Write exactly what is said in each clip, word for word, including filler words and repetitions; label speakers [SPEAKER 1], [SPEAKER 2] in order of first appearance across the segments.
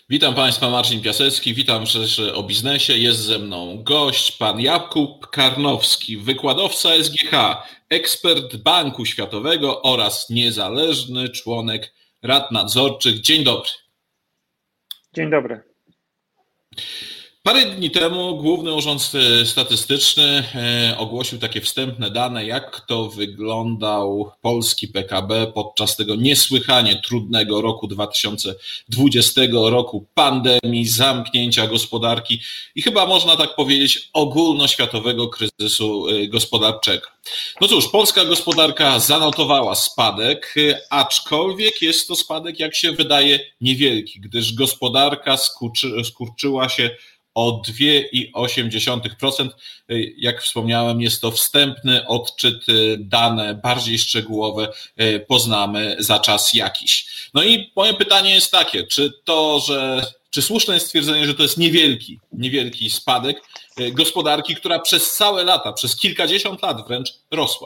[SPEAKER 1] Witam Państwa, Marcin Piasecki, witam też o biznesie. Jest ze mną gość, pan Jakub Karnowski, wykładowca S G H, ekspert Banku Światowego oraz niezależny członek rad nadzorczych. Dzień dobry.
[SPEAKER 2] Dzień dobry.
[SPEAKER 1] Parę dni temu Główny Urząd Statystyczny ogłosił takie wstępne dane, jak to wyglądał polski P K B podczas tego niesłychanie trudnego roku dwa tysiące dwudziestego, roku pandemii, zamknięcia gospodarki i chyba można tak powiedzieć ogólnoświatowego kryzysu gospodarczego. No cóż, polska gospodarka zanotowała spadek, aczkolwiek jest to spadek, jak się wydaje, niewielki, gdyż gospodarka skurczy, skurczyła się o dwa przecinek osiem procent. Jak wspomniałem, jest to wstępny odczyt, dane bardziej szczegółowe poznamy za czas jakiś. No i moje pytanie jest takie, czy to, że, czy słuszne jest stwierdzenie, że to jest niewielki, niewielki spadek gospodarki, która przez całe lata, przez kilkadziesiąt lat wręcz rosła?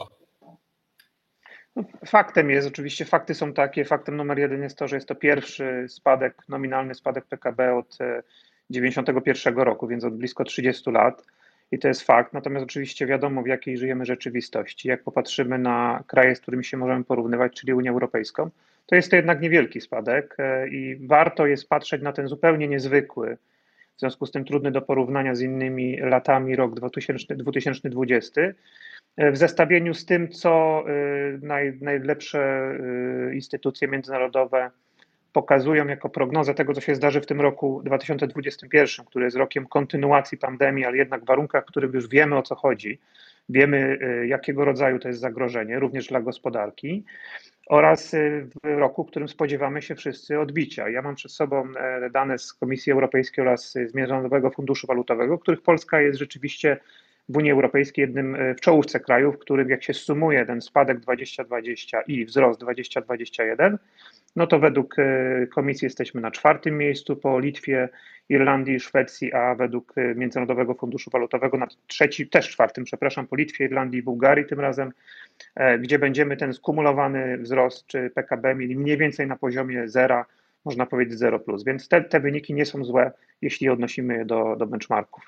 [SPEAKER 2] Faktem jest, oczywiście fakty są takie, faktem numer jeden jest to, że jest to pierwszy spadek, nominalny spadek P K B od dziewięćdziesiątego pierwszego roku, więc od blisko trzydziestu lat i to jest fakt. Natomiast oczywiście wiadomo, w jakiej żyjemy rzeczywistości. Jak popatrzymy na kraje, z którymi się możemy porównywać, czyli Unię Europejską, to jest to jednak niewielki spadek i warto jest patrzeć na ten zupełnie niezwykły, w związku z tym trudny do porównania z innymi latami, rok dwa tysiące dwudziesty, w zestawieniu z tym, co naj, najlepsze instytucje międzynarodowe pokazują jako prognozę tego, co się zdarzy w tym roku dwa tysiące dwudziestym pierwszym, który jest rokiem kontynuacji pandemii, ale jednak w warunkach, w których już wiemy, o co chodzi, wiemy, jakiego rodzaju to jest zagrożenie, również dla gospodarki, oraz w roku, w którym spodziewamy się wszyscy odbicia. Ja mam przed sobą dane z Komisji Europejskiej oraz z Międzynarodowego Funduszu Walutowego, w których Polska jest rzeczywiście w Unii Europejskiej jednym w czołówce krajów, w którym jak się sumuje ten spadek dwadzieścia dwadzieścia i wzrost dwadzieścia dwadzieścia jeden, no to według Komisji jesteśmy na czwartym miejscu po Litwie, Irlandii i Szwecji, a według Międzynarodowego Funduszu Walutowego na trzecim, też czwartym, przepraszam, po Litwie, Irlandii i Bułgarii tym razem, gdzie będziemy ten skumulowany wzrost czy P K B mieli mniej więcej na poziomie zera, można powiedzieć zero plus, więc te, te wyniki nie są złe, jeśli odnosimy je do, do benchmarków.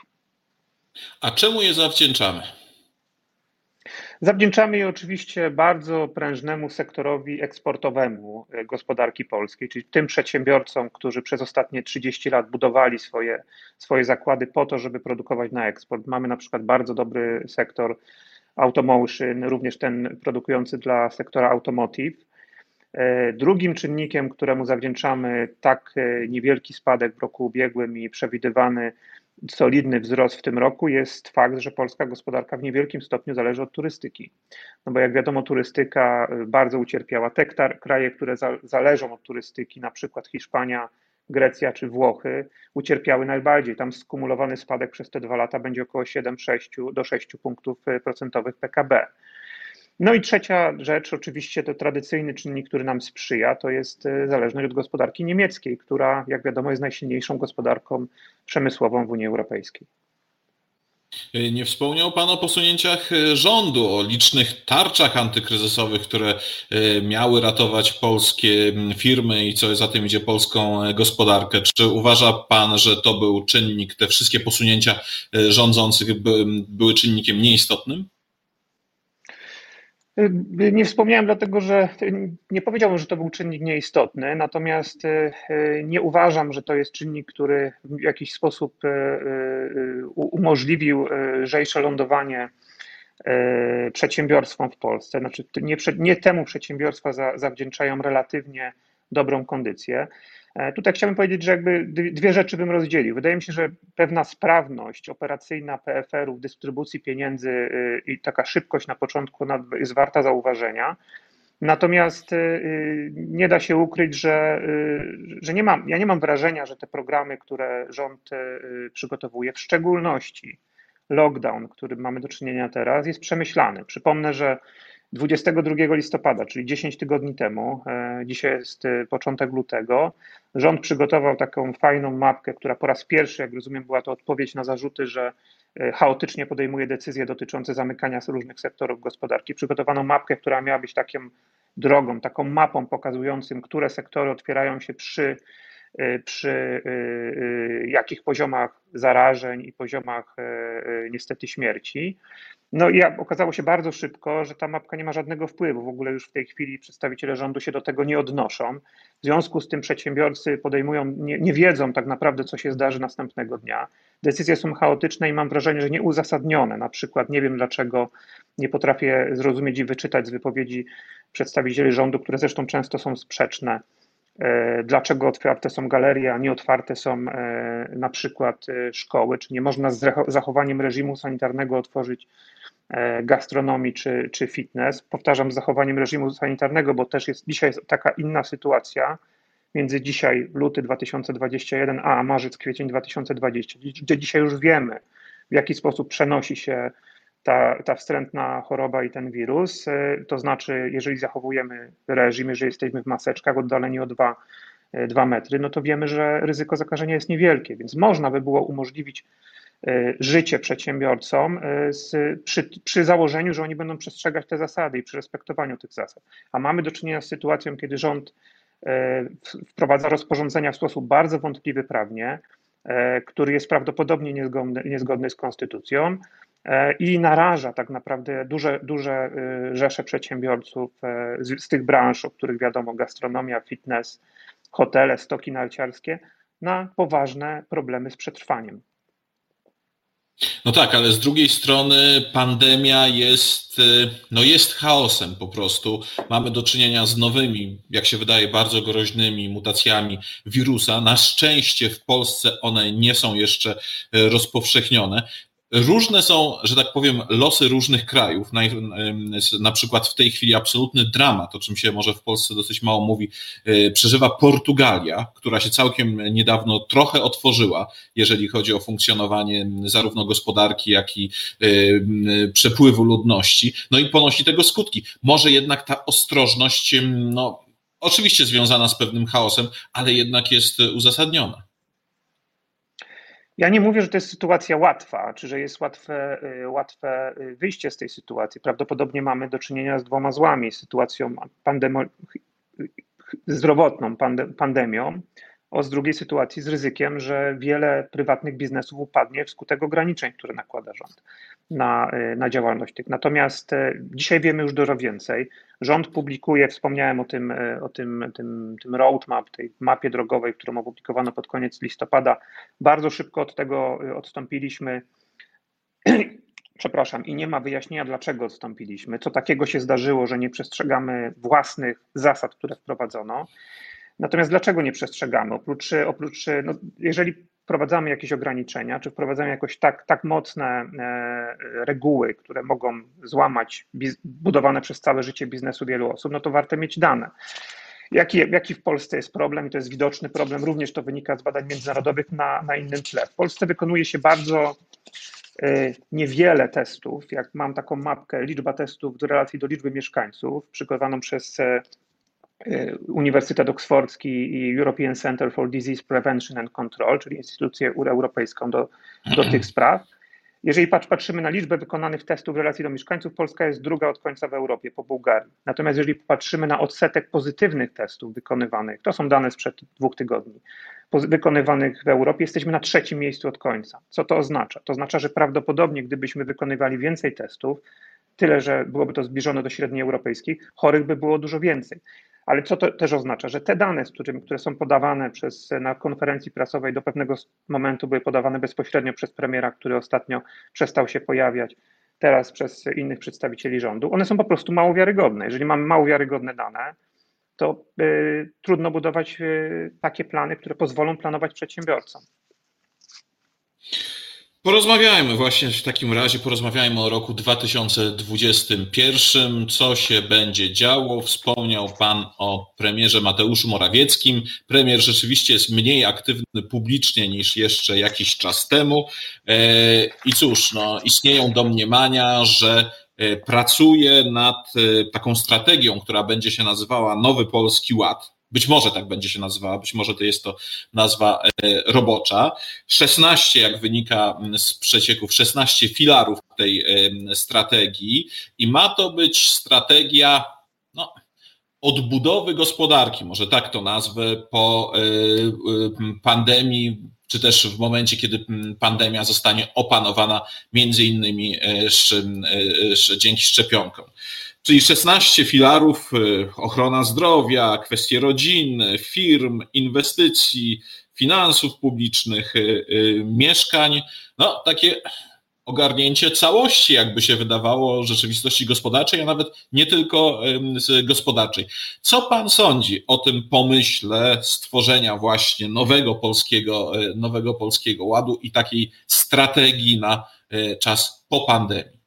[SPEAKER 1] A czemu je zawdzięczamy?
[SPEAKER 2] Zawdzięczamy je oczywiście bardzo prężnemu sektorowi eksportowemu gospodarki polskiej, czyli tym przedsiębiorcom, którzy przez ostatnie trzydzieści lat budowali swoje, swoje zakłady po to, żeby produkować na eksport. Mamy na przykład bardzo dobry sektor automotion, również ten produkujący dla sektora automotive. Drugim czynnikiem, któremu zawdzięczamy tak niewielki spadek w roku ubiegłym i przewidywany solidny wzrost w tym roku, jest fakt, że polska gospodarka w niewielkim stopniu zależy od turystyki. No bo jak wiadomo, turystyka bardzo ucierpiała. Te kraje, które zależą od turystyki, na przykład Hiszpania, Grecja czy Włochy, ucierpiały najbardziej. Tam skumulowany spadek przez te dwa lata będzie około siedem do sześciu punktów procentowych P K B. No i trzecia rzecz, oczywiście to tradycyjny czynnik, który nam sprzyja, to jest zależność od gospodarki niemieckiej, która, jak wiadomo, jest najsilniejszą gospodarką przemysłową w Unii Europejskiej.
[SPEAKER 1] Nie wspomniał Pan o posunięciach rządu, o licznych tarczach antykryzysowych, które miały ratować polskie firmy i co za tym idzie polską gospodarkę. Czy uważa Pan, że to był czynnik, te wszystkie posunięcia rządzących były czynnikiem nieistotnym?
[SPEAKER 2] Nie wspomniałem dlatego, że nie powiedziałbym, że to był czynnik nieistotny, natomiast nie uważam, że to jest czynnik, który w jakiś sposób umożliwił lżejsze lądowanie przedsiębiorstwom w Polsce. Znaczy nie, nie temu przedsiębiorstwa za, zawdzięczają relatywnie dobrą kondycję. Tutaj chciałbym powiedzieć, że jakby dwie rzeczy bym rozdzielił. Wydaje mi się, że pewna sprawność operacyjna P F R-ów, dystrybucji pieniędzy i taka szybkość na początku jest warta zauważenia. Natomiast nie da się ukryć, że, że nie mam, ja nie mam wrażenia, że te programy, które rząd przygotowuje, w szczególności lockdown, którym mamy do czynienia teraz, jest przemyślany. Przypomnę, że dwudziestego drugiego listopada, czyli dziesięć tygodni temu, dzisiaj jest początek lutego, rząd przygotował taką fajną mapkę, która po raz pierwszy, jak rozumiem, była to odpowiedź na zarzuty, że chaotycznie podejmuje decyzje dotyczące zamykania różnych sektorów gospodarki. Przygotowano mapkę, która miała być taką drogą, taką mapą pokazującą, które sektory otwierają się przy przy jakich poziomach zarażeń i poziomach niestety śmierci. No i okazało się bardzo szybko, że ta mapka nie ma żadnego wpływu. W ogóle już w tej chwili przedstawiciele rządu się do tego nie odnoszą. W związku z tym przedsiębiorcy podejmują, nie, nie wiedzą tak naprawdę, co się zdarzy następnego dnia. Decyzje są chaotyczne i mam wrażenie, że nieuzasadnione. Na przykład nie wiem, dlaczego nie potrafię zrozumieć i wyczytać z wypowiedzi przedstawicieli rządu, które zresztą często są sprzeczne, dlaczego otwarte są galerie, a nie otwarte są na przykład szkoły, czy nie można z zachowaniem reżimu sanitarnego otworzyć gastronomii czy, czy fitness. Powtarzam, z zachowaniem reżimu sanitarnego, bo też jest dzisiaj jest taka inna sytuacja między dzisiaj luty dwa tysiące dwudziesty pierwszy a marzec, kwiecień dwa tysiące dwudziesty, gdzie dzisiaj już wiemy, w jaki sposób przenosi się ta, ta wstrętna choroba i ten wirus. To znaczy, jeżeli zachowujemy reżim, jeżeli jesteśmy w maseczkach oddaleni o dwa metry, no to wiemy, że ryzyko zakażenia jest niewielkie, więc można by było umożliwić życie przedsiębiorcom z, przy, przy założeniu, że oni będą przestrzegać te zasady i przy respektowaniu tych zasad. A mamy do czynienia z sytuacją, kiedy rząd wprowadza rozporządzenia w sposób bardzo wątpliwy prawnie, który jest prawdopodobnie niezgodny, niezgodny z konstytucją i naraża tak naprawdę duże, duże rzesze przedsiębiorców z, z tych branż, o których wiadomo, gastronomia, fitness, hotele, stoki narciarskie, na poważne problemy z przetrwaniem.
[SPEAKER 1] No tak, ale z drugiej strony pandemia jest, no jest chaosem po prostu. Mamy do czynienia z nowymi, jak się wydaje, bardzo groźnymi mutacjami wirusa. Na szczęście w Polsce one nie są jeszcze rozpowszechnione. Różne są, że tak powiem, losy różnych krajów. Na, na przykład w tej chwili absolutny dramat, o czym się może w Polsce dosyć mało mówi, przeżywa Portugalia, która się całkiem niedawno trochę otworzyła, jeżeli chodzi o funkcjonowanie zarówno gospodarki, jak i przepływu ludności. No i ponosi tego skutki. Może jednak ta ostrożność, no oczywiście związana z pewnym chaosem, ale jednak jest uzasadniona.
[SPEAKER 2] Ja nie mówię, że to jest sytuacja łatwa, czy że jest łatwe, łatwe wyjście z tej sytuacji. Prawdopodobnie mamy do czynienia z dwoma złami. Sytuacją pandemo- zdrowotną, pande- pandemią, a z drugiej sytuacji z ryzykiem, że wiele prywatnych biznesów upadnie wskutek ograniczeń, które nakłada rząd na, na działalność tych. Natomiast dzisiaj wiemy już dużo więcej. Rząd publikuje, wspomniałem o tym, o tym, tym, tym roadmap, tej mapie drogowej, którą opublikowano pod koniec listopada. Bardzo szybko od tego odstąpiliśmy. Przepraszam, i nie ma wyjaśnienia, dlaczego odstąpiliśmy, co takiego się zdarzyło, że nie przestrzegamy własnych zasad, które wprowadzono. Natomiast dlaczego nie przestrzegamy? Oprócz, oprócz no, jeżeli wprowadzamy jakieś ograniczenia, czy wprowadzamy jakoś tak, tak mocne e, reguły, które mogą złamać biz, budowane przez całe życie biznesu wielu osób, no to warto mieć dane. Jaki, jaki w Polsce jest problem? I to jest widoczny problem, również to wynika z badań międzynarodowych na, na innym tle. W Polsce wykonuje się bardzo e, niewiele testów. Jak mam taką mapkę, liczba testów w relacji do liczby mieszkańców, przygotowaną przez e, Uniwersytet Oksfordzki i European Center for Disease Prevention and Control, czyli instytucję europejską do, do tych spraw. Jeżeli patrz, patrzymy na liczbę wykonanych testów w relacji do mieszkańców, Polska jest druga od końca w Europie, po Bułgarii. Natomiast jeżeli patrzymy na odsetek pozytywnych testów wykonywanych, to są dane sprzed dwóch tygodni, wykonywanych w Europie, jesteśmy na trzecim miejscu od końca. Co to oznacza? To oznacza, że prawdopodobnie gdybyśmy wykonywali więcej testów, tyle, że byłoby to zbliżone do średniej europejskiej, chorych by było dużo więcej. Ale co to też oznacza, że te dane, z którymi, które są podawane przez, na konferencji prasowej do pewnego momentu były podawane bezpośrednio przez premiera, który ostatnio przestał się pojawiać, teraz przez innych przedstawicieli rządu, one są po prostu mało wiarygodne. Jeżeli mamy mało wiarygodne dane, to y, trudno budować y, takie plany, które pozwolą planować przedsiębiorcom.
[SPEAKER 1] Porozmawiajmy właśnie w takim razie, porozmawiajmy o roku dwa tysiące dwudziestym pierwszym, co się będzie działo. Wspomniał Pan o premierze Mateuszu Morawieckim. Premier rzeczywiście jest mniej aktywny publicznie niż jeszcze jakiś czas temu. I cóż, no, istnieją domniemania, że pracuje nad taką strategią, która będzie się nazywała Nowy Polski Ład. Być może tak będzie się nazywała, być może to jest to nazwa robocza. szesnaście, jak wynika z przecieków, szesnaście filarów tej strategii i ma to być strategia, no, odbudowy gospodarki, może tak to nazwę, po pandemii, czy też w momencie, kiedy pandemia zostanie opanowana między innymi dzięki szczepionkom. Czyli szesnaście filarów: ochrona zdrowia, kwestie rodziny, firm, inwestycji, finansów publicznych, mieszkań, no takie ogarnięcie całości, jakby się wydawało, rzeczywistości gospodarczej, a nawet nie tylko gospodarczej. Co pan sądzi o tym pomyśle stworzenia właśnie nowego polskiego, nowego polskiego ładu i takiej strategii na czas po pandemii?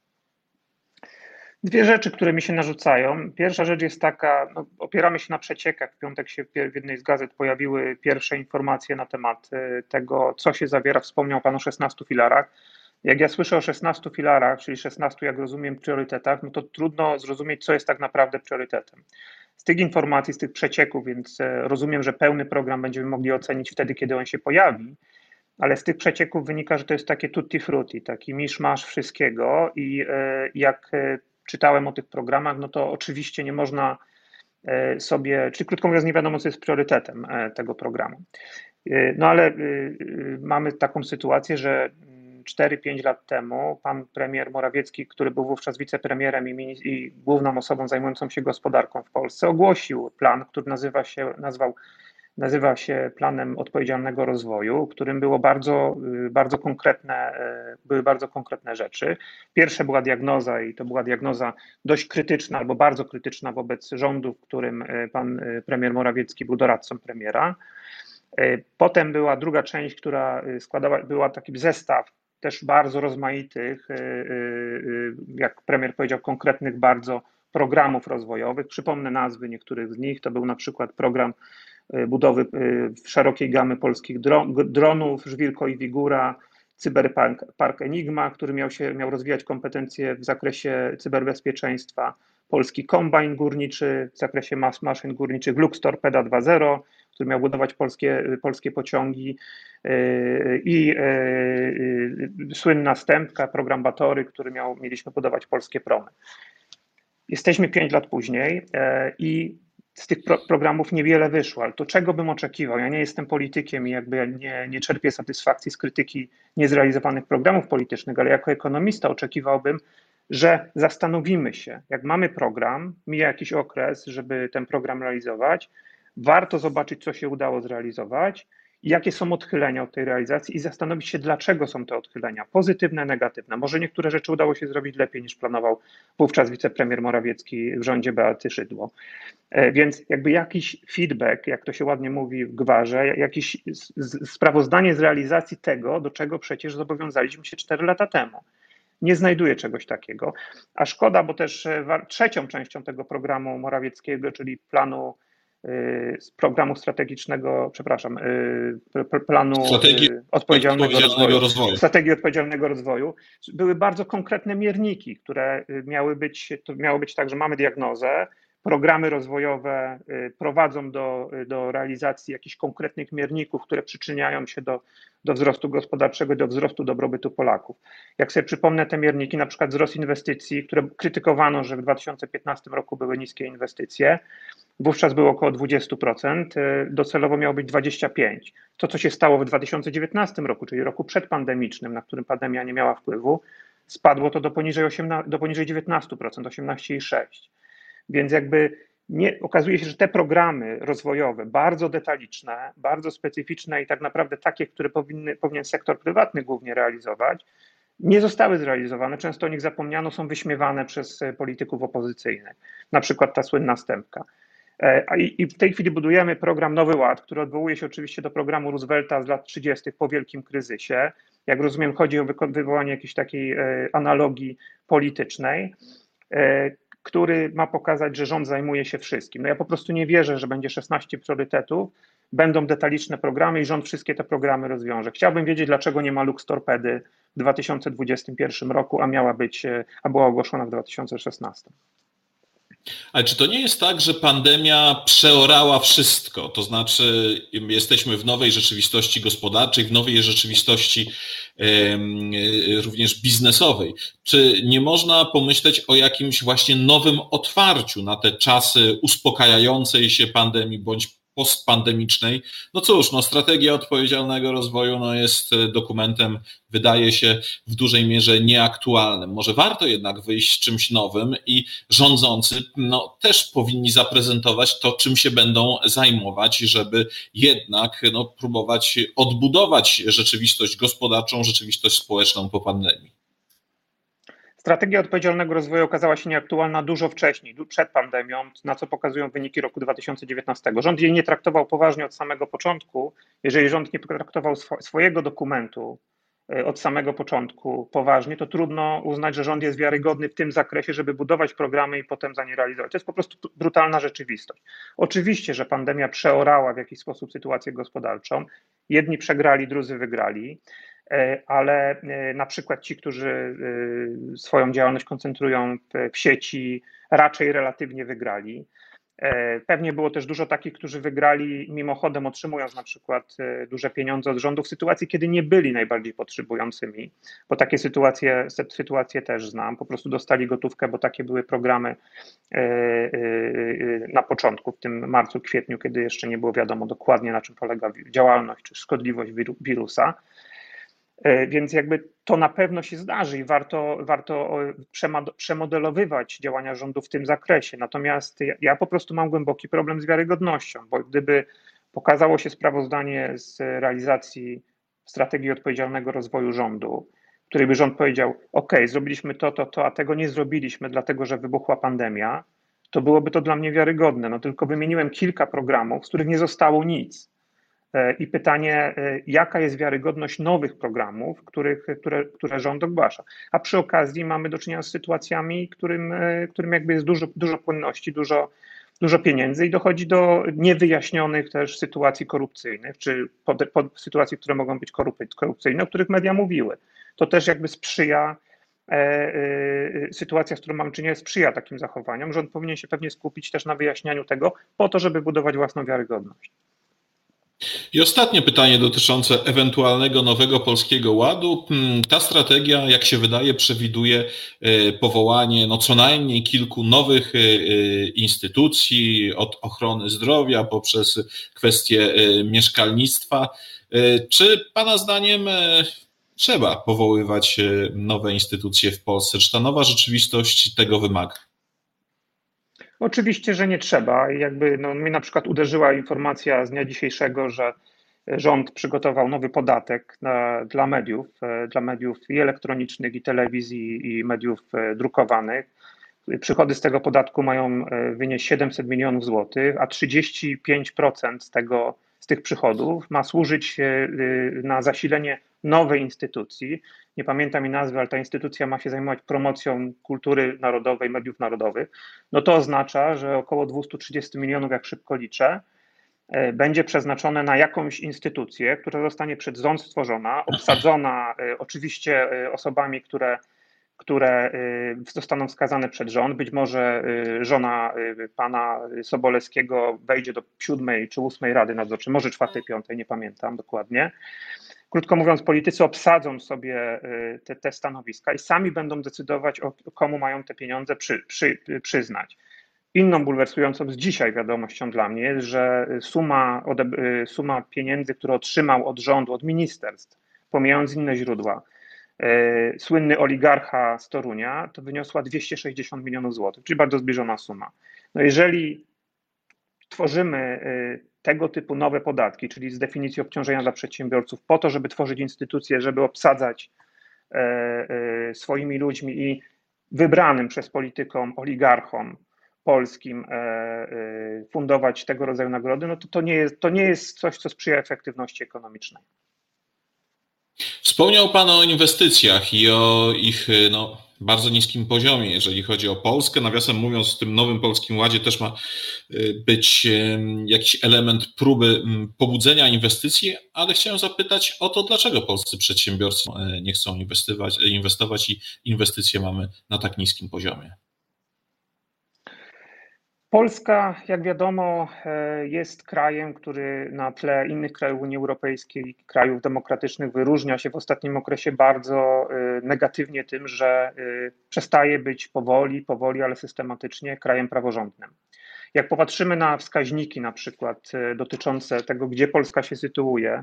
[SPEAKER 2] Dwie rzeczy, które mi się narzucają. Pierwsza rzecz jest taka, no, opieramy się na przeciekach. W piątek się w jednej z gazet pojawiły pierwsze informacje na temat tego, co się zawiera. Wspomniał pan o szesnastu filarach. Jak ja słyszę o szesnastu filarach, czyli szesnastu, jak rozumiem, priorytetach, no to trudno zrozumieć, co jest tak naprawdę priorytetem. Z tych informacji, z tych przecieków, więc rozumiem, że pełny program będziemy mogli ocenić wtedy, kiedy on się pojawi, ale z tych przecieków wynika, że to jest takie tutti frutti, taki miszmasz wszystkiego i jak czytałem o tych programach, no to oczywiście nie można sobie, czyli krótko mówiąc, nie wiadomo, co jest priorytetem tego programu. No ale mamy taką sytuację, że cztery pięć lat temu pan premier Morawiecki, który był wówczas wicepremierem i, i główną osobą zajmującą się gospodarką w Polsce, ogłosił plan, który nazywa się, nazwał, nazywa się Planem Odpowiedzialnego Rozwoju, którym było bardzo, bardzo konkretne, były bardzo konkretne rzeczy. Pierwsze była diagnoza i to była diagnoza dość krytyczna albo bardzo krytyczna wobec rządu, w którym pan premier Morawiecki był doradcą premiera. Potem była druga część, która składała, była taki zestaw też bardzo rozmaitych, jak premier powiedział, konkretnych bardzo programów rozwojowych. Przypomnę nazwy niektórych z nich. To był na przykład program budowy szerokiej gamy polskich dronów, Żwirko i Wigura, Cyberpark Park Enigma, który miał się miał rozwijać kompetencje w zakresie cyberbezpieczeństwa, polski kombajn górniczy w zakresie mas maszyn górniczych, Lux Torpeda dwa zero, który miał budować polskie, polskie pociągi i słynna Stępka, program Batory, który miał, mieliśmy budować polskie promy. Jesteśmy pięć lat później i z tych pro programów niewiele wyszło, ale to czego bym oczekiwał? Ja nie jestem politykiem i jakby nie, nie czerpię satysfakcji z krytyki niezrealizowanych programów politycznych, ale jako ekonomista oczekiwałbym, że zastanowimy się, jak mamy program, mija jakiś okres, żeby ten program realizować, warto zobaczyć, co się udało zrealizować i jakie są odchylenia od tej realizacji i zastanowić się, dlaczego są te odchylenia, pozytywne, negatywne. Może niektóre rzeczy udało się zrobić lepiej, niż planował wówczas wicepremier Morawiecki w rządzie Beaty Szydło. Więc jakby jakiś feedback, jak to się ładnie mówi w gwarze, jakieś sprawozdanie z realizacji tego, do czego przecież zobowiązaliśmy się cztery lata temu. Nie znajduję czegoś takiego, a szkoda, bo też trzecią częścią tego programu Morawieckiego, czyli planu z programu strategicznego, przepraszam, planu
[SPEAKER 1] strategii
[SPEAKER 2] odpowiedzialnego,
[SPEAKER 1] odpowiedzialnego
[SPEAKER 2] rozwoju,
[SPEAKER 1] rozwoju.
[SPEAKER 2] strategii odpowiedzialnego rozwoju, były bardzo konkretne mierniki, które miały być, to miało być tak, że mamy diagnozę, programy rozwojowe prowadzą do, do realizacji jakichś konkretnych mierników, które przyczyniają się do, do wzrostu gospodarczego, do wzrostu dobrobytu Polaków. Jak sobie przypomnę te mierniki, na przykład wzrost inwestycji, które krytykowano, że w dwa tysiące piętnastym roku były niskie inwestycje, wówczas było około dwadzieścia procent, docelowo miało być dwadzieścia pięć procent. To, co się stało w dwa tysiące dziewiętnastym roku, czyli roku przedpandemicznym, na którym pandemia nie miała wpływu, spadło to do poniżej, osiemnastu, do poniżej dziewiętnastu procent, osiemnaście przecinek sześć procent. Więc jakby nie, okazuje się, że te programy rozwojowe, bardzo detaliczne, bardzo specyficzne i tak naprawdę takie, które powinny, powinien sektor prywatny głównie realizować, nie zostały zrealizowane. Często o nich zapomniano, są wyśmiewane przez polityków opozycyjnych. Na przykład ta słynna Stępka. I w tej chwili budujemy program Nowy Ład, który odwołuje się oczywiście do programu Roosevelta z lat trzydziestych po wielkim kryzysie. Jak rozumiem, chodzi o wywołanie jakiejś takiej analogii politycznej, który ma pokazać, że rząd zajmuje się wszystkim. No ja po prostu nie wierzę, że będzie szesnaście priorytetów, będą detaliczne programy i rząd wszystkie te programy rozwiąże. Chciałbym wiedzieć, dlaczego nie ma Lux Torpedy w dwa tysiące dwudziestym pierwszym roku, a miała być, a była ogłoszona w dwa tysiące szesnastym.
[SPEAKER 1] Ale czy to nie jest tak, że pandemia przeorała wszystko? To znaczy, jesteśmy w nowej rzeczywistości gospodarczej, w nowej rzeczywistości również biznesowej. Czy nie można pomyśleć o jakimś właśnie nowym otwarciu na te czasy uspokajającej się pandemii bądź postpandemicznej? No cóż, no strategia odpowiedzialnego rozwoju no jest dokumentem, wydaje się, w dużej mierze nieaktualnym. Może warto jednak wyjść z czymś nowym i rządzący no, też powinni zaprezentować to, czym się będą zajmować, żeby jednak no, próbować odbudować rzeczywistość gospodarczą, rzeczywistość społeczną po pandemii.
[SPEAKER 2] Strategia odpowiedzialnego rozwoju okazała się nieaktualna dużo wcześniej, przed pandemią, na co pokazują wyniki roku dwa tysiące dziewiętnastego. Rząd jej nie traktował poważnie od samego początku. Jeżeli rząd nie traktował swojego dokumentu od samego początku poważnie, to trudno uznać, że rząd jest wiarygodny w tym zakresie, żeby budować programy i potem za nie realizować. To jest po prostu brutalna rzeczywistość. Oczywiście, że pandemia przeorała w jakiś sposób sytuację gospodarczą. Jedni przegrali, drudzy wygrali. Ale na przykład ci, którzy swoją działalność koncentrują w sieci, raczej relatywnie wygrali. Pewnie było też dużo takich, którzy wygrali mimochodem, otrzymując na przykład duże pieniądze od rządu w sytuacji, kiedy nie byli najbardziej potrzebującymi, bo takie sytuacje, sytuacje też znam, po prostu dostali gotówkę, bo takie były programy na początku, w tym marcu, kwietniu, kiedy jeszcze nie było wiadomo dokładnie, na czym polega działalność czy szkodliwość wirusa. Więc jakby to na pewno się zdarzy i warto, warto przemodelowywać działania rządu w tym zakresie. Natomiast ja po prostu mam głęboki problem z wiarygodnością, bo gdyby pokazało się sprawozdanie z realizacji strategii odpowiedzialnego rozwoju rządu, w której by rząd powiedział: OK, zrobiliśmy to, to, to, a tego nie zrobiliśmy, dlatego że wybuchła pandemia, to byłoby to dla mnie wiarygodne. No tylko wymieniłem kilka programów, z których nie zostało nic. I pytanie, jaka jest wiarygodność nowych programów, których, które, które rząd ogłasza. A przy okazji mamy do czynienia z sytuacjami, którym, którym jakby jest dużo, dużo płynności, dużo, dużo pieniędzy i dochodzi do niewyjaśnionych też sytuacji korupcyjnych, czy pod, pod sytuacji, które mogą być korupcyjne, o których media mówiły. To też jakby sprzyja, e, e, sytuacja, z którą mamy czynienia, sprzyja takim zachowaniom. Rząd powinien się pewnie skupić też na wyjaśnianiu tego, po to, żeby budować własną wiarygodność.
[SPEAKER 1] I ostatnie pytanie dotyczące ewentualnego nowego Polskiego Ładu. Ta strategia, jak się wydaje, przewiduje powołanie no co najmniej kilku nowych instytucji, od ochrony zdrowia poprzez kwestie mieszkalnictwa. Czy Pana zdaniem trzeba powoływać nowe instytucje w Polsce? Czy ta nowa rzeczywistość tego wymaga?
[SPEAKER 2] Oczywiście, że nie trzeba. Jakby no, mnie na przykład uderzyła informacja z dnia dzisiejszego, że rząd przygotował nowy podatek na, dla mediów, dla mediów i elektronicznych, i telewizji, i mediów drukowanych. Przychody z tego podatku mają wynieść siedemset milionów złotych, a trzydzieści pięć procent z tego, z tych przychodów ma służyć na zasilenie nowej instytucji. Nie pamiętam jej nazwy, ale ta instytucja ma się zajmować promocją kultury narodowej, mediów narodowych. No to oznacza, że około dwieście trzydzieści milionów, jak szybko liczę, będzie przeznaczone na jakąś instytucję, która zostanie przez rząd stworzona, obsadzona oczywiście osobami, które, które zostaną wskazane przed rząd. Być może żona pana Sobolewskiego wejdzie do siódmej czy ósmej Rady Nadzorczej, może czwartej, piątej, nie pamiętam dokładnie. Krótko mówiąc, politycy obsadzą sobie te, te stanowiska i sami będą decydować, o komu mają te pieniądze przy, przy, przyznać. Inną bulwersującą z dzisiaj wiadomością dla mnie jest, że suma, suma pieniędzy, które otrzymał od rządu, od ministerstw, pomijając inne źródła, słynny oligarcha z Torunia, to wyniosła dwieście sześćdziesiąt milionów złotych, czyli bardzo zbliżona suma. No jeżeli tworzymy tego typu nowe podatki, czyli z definicji obciążenia dla przedsiębiorców, po to, żeby tworzyć instytucje, żeby obsadzać swoimi ludźmi i wybranym przez politykom oligarchom polskim fundować tego rodzaju nagrody, no to to nie jest, to nie jest coś, co sprzyja efektywności ekonomicznej.
[SPEAKER 1] Wspomniał Pan o inwestycjach i o ich no, bardzo niskim poziomie, jeżeli chodzi o Polskę. Nawiasem mówiąc, w tym nowym Polskim Ładzie też ma być jakiś element próby pobudzenia inwestycji, ale chciałem zapytać o to, dlaczego polscy przedsiębiorcy nie chcą inwestować, inwestować i inwestycje mamy na tak niskim poziomie.
[SPEAKER 2] Polska, jak wiadomo, jest krajem, który na tle innych krajów Unii Europejskiej, krajów demokratycznych wyróżnia się w ostatnim okresie bardzo negatywnie tym, że przestaje być powoli, powoli, ale systematycznie krajem praworządnym. Jak popatrzymy na wskaźniki na przykład dotyczące tego, gdzie Polska się sytuuje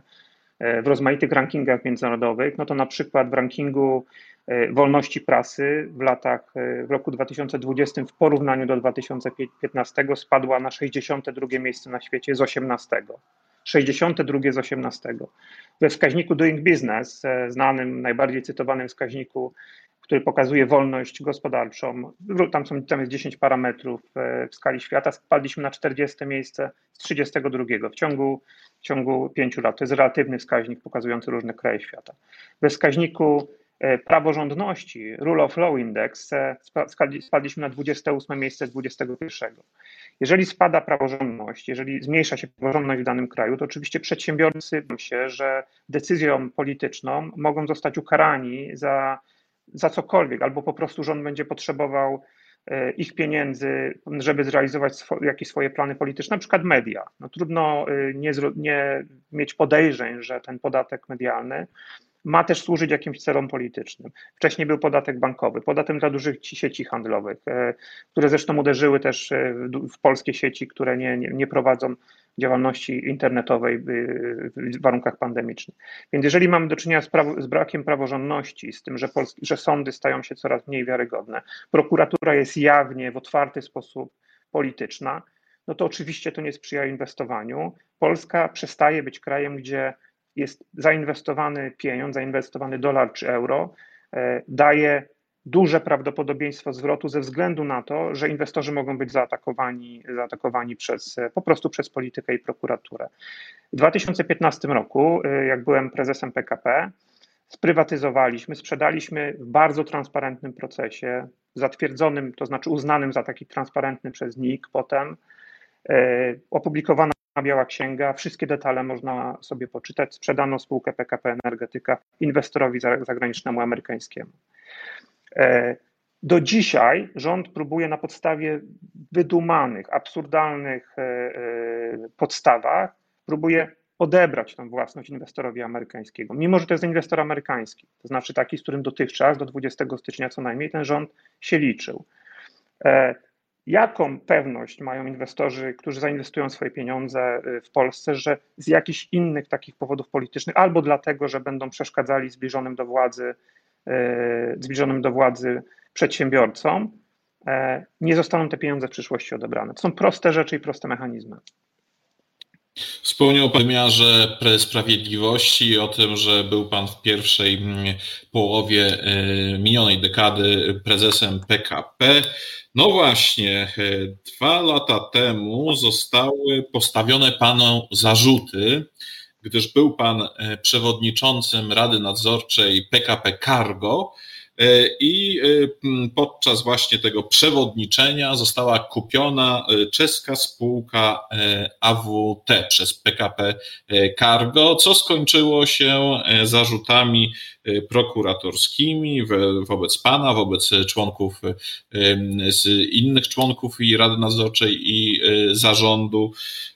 [SPEAKER 2] w rozmaitych rankingach międzynarodowych, no to na przykład w rankingu wolności prasy w latach, w roku dwa tysiące dwudziestym w porównaniu do dwa tysiące piętnastego spadła na sześćdziesiąte drugie miejsce na świecie z osiemnastego. sześćdziesiąte drugie z osiemnastego. We wskaźniku Doing Business, znanym, najbardziej cytowanym wskaźniku, który pokazuje wolność gospodarczą, tam, są, tam jest dziesięć parametrów w skali świata, spadliśmy na czterdzieste miejsce z trzydziestego drugiego w ciągu, w ciągu pięciu lat. To jest relatywny wskaźnik pokazujący różne kraje świata. We wskaźniku praworządności, Rule of Law Index, spadliśmy na dwudzieste ósme miejsce z dwudziestego pierwszego. Jeżeli spada praworządność, jeżeli zmniejsza się praworządność w danym kraju, to oczywiście przedsiębiorcy boją się, że decyzją polityczną mogą zostać ukarani za, za cokolwiek, albo po prostu rząd będzie potrzebował ich pieniędzy, żeby zrealizować swo, jakieś swoje plany polityczne, na przykład media. No, trudno nie, nie mieć podejrzeń, że ten podatek medialny ma też służyć jakimś celom politycznym. Wcześniej był podatek bankowy, podatek dla dużych sieci handlowych, które zresztą uderzyły też w polskie sieci, które nie, nie, nie prowadzą działalności internetowej w warunkach pandemicznych. Więc jeżeli mamy do czynienia z, prawo, z brakiem praworządności, z tym, że, Polski, że sądy stają się coraz mniej wiarygodne, prokuratura jest jawnie, w otwarty sposób polityczna, no to oczywiście to nie sprzyja inwestowaniu. Polska przestaje być krajem, gdzie jest zainwestowany pieniądz, zainwestowany dolar czy euro, daje duże prawdopodobieństwo zwrotu ze względu na to, że inwestorzy mogą być zaatakowani, zaatakowani przez, po prostu przez politykę i prokuraturę. W dwa tysiące piętnastym roku, jak byłem prezesem P K P, sprywatyzowaliśmy, sprzedaliśmy w bardzo transparentnym procesie, zatwierdzonym, to znaczy uznanym za taki transparentny przez N I K potem, opublikowana biała księga, wszystkie detale można sobie poczytać. Sprzedano spółkę P K P Energetyka inwestorowi zagranicznemu amerykańskiemu. Do dzisiaj rząd próbuje na podstawie wydumanych, absurdalnych podstawach, próbuje odebrać tę własność inwestorowi amerykańskiemu, mimo że to jest inwestor amerykański, to znaczy taki, z którym dotychczas do dwudziestego stycznia co najmniej ten rząd się liczył. Jaką pewność mają inwestorzy, którzy zainwestują swoje pieniądze w Polsce, że z jakichś innych takich powodów politycznych, albo dlatego, że będą przeszkadzali zbliżonym do władzy, zbliżonym do władzy przedsiębiorcom, nie zostaną te pieniądze w przyszłości odebrane. To są proste rzeczy i proste mechanizmy.
[SPEAKER 1] Wspomniał pan o wymiarze sprawiedliwości, o tym, że był pan w pierwszej połowie minionej dekady prezesem P K P. No właśnie, dwa lata temu zostały postawione panu zarzuty, gdyż był pan przewodniczącym Rady Nadzorczej P K P Cargo i podczas właśnie tego przewodniczenia została kupiona czeska spółka A W T przez P K P Cargo, co skończyło się zarzutami prokuratorskimi wobec pana, wobec członków, z innych członków i Rady Nadzorczej i zarządu.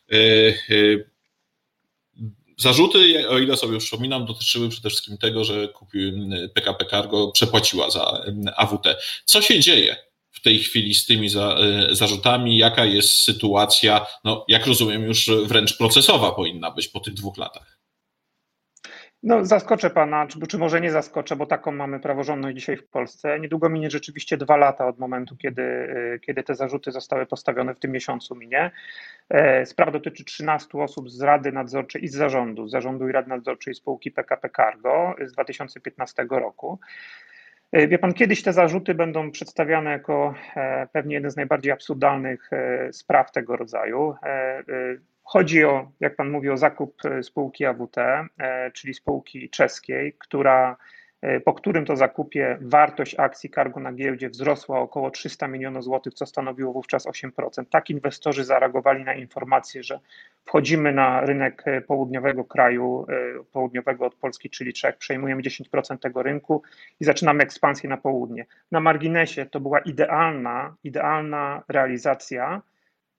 [SPEAKER 1] Zarzuty, o ile sobie już przypominam, dotyczyły przede wszystkim tego, że P K P Cargo przepłaciła za A W T. Co się dzieje w tej chwili z tymi za, zarzutami? Jaka jest sytuacja, no jak rozumiem, już wręcz procesowa powinna być po tych dwóch latach?
[SPEAKER 2] No zaskoczę pana, czy, czy może nie zaskoczę, bo taką mamy praworządność dzisiaj w Polsce. Niedługo minie rzeczywiście dwa lata od momentu, kiedy, kiedy te zarzuty zostały postawione, w tym miesiącu minie. Sprawa dotyczy trzynastu osób z Rady Nadzorczej i z zarządu, z zarządu i Rady Nadzorczej spółki P K P Cargo z dwa tysiące piętnastego roku. Wie pan, kiedyś te zarzuty będą przedstawiane jako pewnie jeden z najbardziej absurdalnych spraw tego rodzaju. Chodzi o, jak pan mówi, o zakup spółki A W T, czyli spółki czeskiej, która, po którym to zakupie wartość akcji Cargo na giełdzie wzrosła o około trzysta milionów złotych, co stanowiło wówczas osiem procent. Tak inwestorzy zareagowali na informację, że wchodzimy na rynek południowego kraju, południowego od Polski, czyli Czech, przejmujemy dziesięć procent tego rynku i zaczynamy ekspansję na południe. Na marginesie to była idealna, idealna realizacja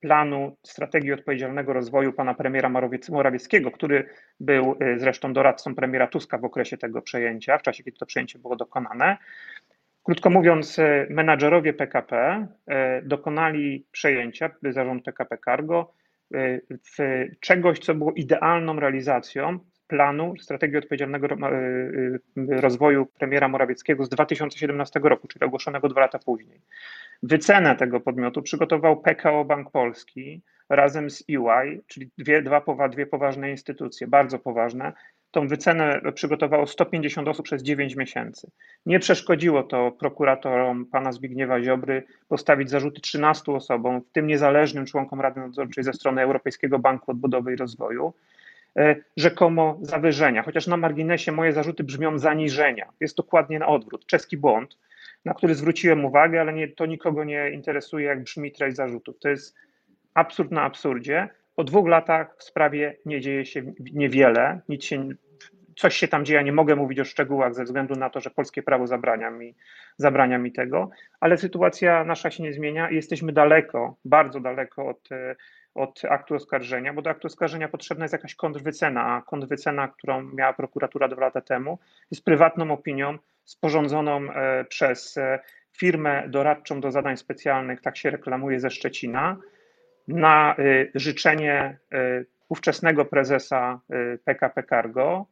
[SPEAKER 2] planu strategii odpowiedzialnego rozwoju pana premiera Morawieckiego, który był zresztą doradcą premiera Tuska w okresie tego przejęcia, w czasie kiedy to przejęcie było dokonane. Krótko mówiąc, menadżerowie P K P dokonali przejęcia, zarząd P K P Cargo, w czegoś, co było idealną realizacją planu strategii odpowiedzialnego rozwoju premiera Morawieckiego z dwa tysiące siedemnastego roku, czyli ogłoszonego dwa lata później. Wycenę tego podmiotu przygotował P K O Bank Polski razem z E Y, czyli dwie, dwa, dwie poważne instytucje, bardzo poważne. Tą wycenę przygotowało sto pięćdziesiąt osób przez dziewięć miesięcy. Nie przeszkodziło to prokuratorom pana Zbigniewa Ziobry postawić zarzuty trzynastu osobom, w tym niezależnym członkom Rady Nadzorczej ze strony Europejskiego Banku Odbudowy i Rozwoju, rzekomo zawyżenia, chociaż na marginesie moje zarzuty brzmią zaniżenia. Jest dokładnie na odwrót. Czeski błąd, na który zwróciłem uwagę, ale nie, to nikogo nie interesuje, jak brzmi treść zarzutów. To jest absurd na absurdzie. Po dwóch latach w sprawie nie dzieje się niewiele, nic się, coś się tam dzieje, nie mogę mówić o szczegółach ze względu na to, że polskie prawo zabrania mi, zabrania mi tego, ale sytuacja nasza się nie zmienia i jesteśmy daleko, bardzo daleko od, od aktu oskarżenia, bo do aktu oskarżenia potrzebna jest jakaś kontrwycena, a kontrwycena, którą miała prokuratura dwa lata temu, jest prywatną opinią sporządzoną przez firmę doradczą do zadań specjalnych, tak się reklamuje, ze Szczecina, na życzenie ówczesnego prezesa P K P Cargo,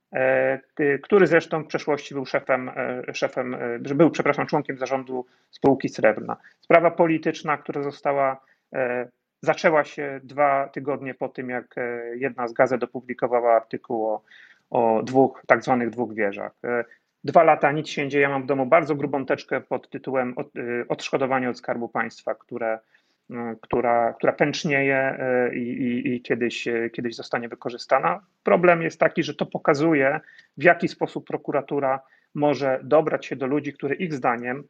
[SPEAKER 2] który zresztą w przeszłości był szefem, szefem, był, przepraszam, członkiem zarządu spółki Srebrna. Sprawa polityczna, która została, zaczęła się dwa tygodnie po tym, jak jedna z gazet opublikowała artykuł o, o dwóch, tak zwanych dwóch wieżach. Dwa lata nic się nie dzieje, ja mam w domu bardzo grubą teczkę pod tytułem Odszkodowanie od Skarbu Państwa, które Która, która pęcznieje i, i, i kiedyś, kiedyś zostanie wykorzystana. Problem jest taki, że to pokazuje, w jaki sposób prokuratura może dobrać się do ludzi, które ich zdaniem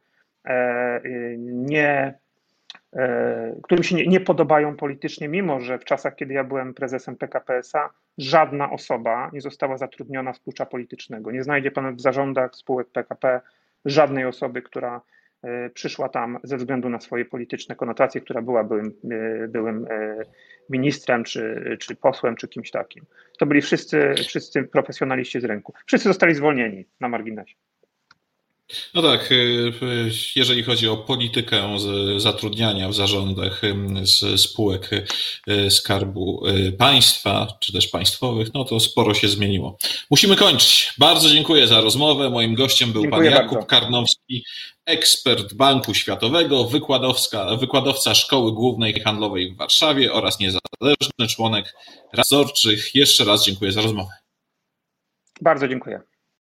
[SPEAKER 2] nie, którym się nie, nie podobają politycznie, mimo że w czasach, kiedy ja byłem prezesem P K P S A, żadna osoba nie została zatrudniona z klucza politycznego. Nie znajdzie pan w zarządach spółek P K P żadnej osoby, która przyszła tam ze względu na swoje polityczne konotacje, która była byłym, byłym ministrem, czy, czy posłem, czy kimś takim. To byli wszyscy, wszyscy profesjonaliści z rynku. Wszyscy zostali zwolnieni na marginesie.
[SPEAKER 1] No tak, jeżeli chodzi o politykę zatrudniania w zarządach z spółek Skarbu Państwa, czy też państwowych, no to sporo się zmieniło. Musimy kończyć. Bardzo dziękuję za rozmowę. Moim gościem był dziękuję pan Jakub bardzo. Karnowski, ekspert Banku Światowego, wykładowca, wykładowca Szkoły Głównej Handlowej w Warszawie oraz niezależny członek rad nadzorczych. Jeszcze raz dziękuję za rozmowę.
[SPEAKER 2] Bardzo dziękuję.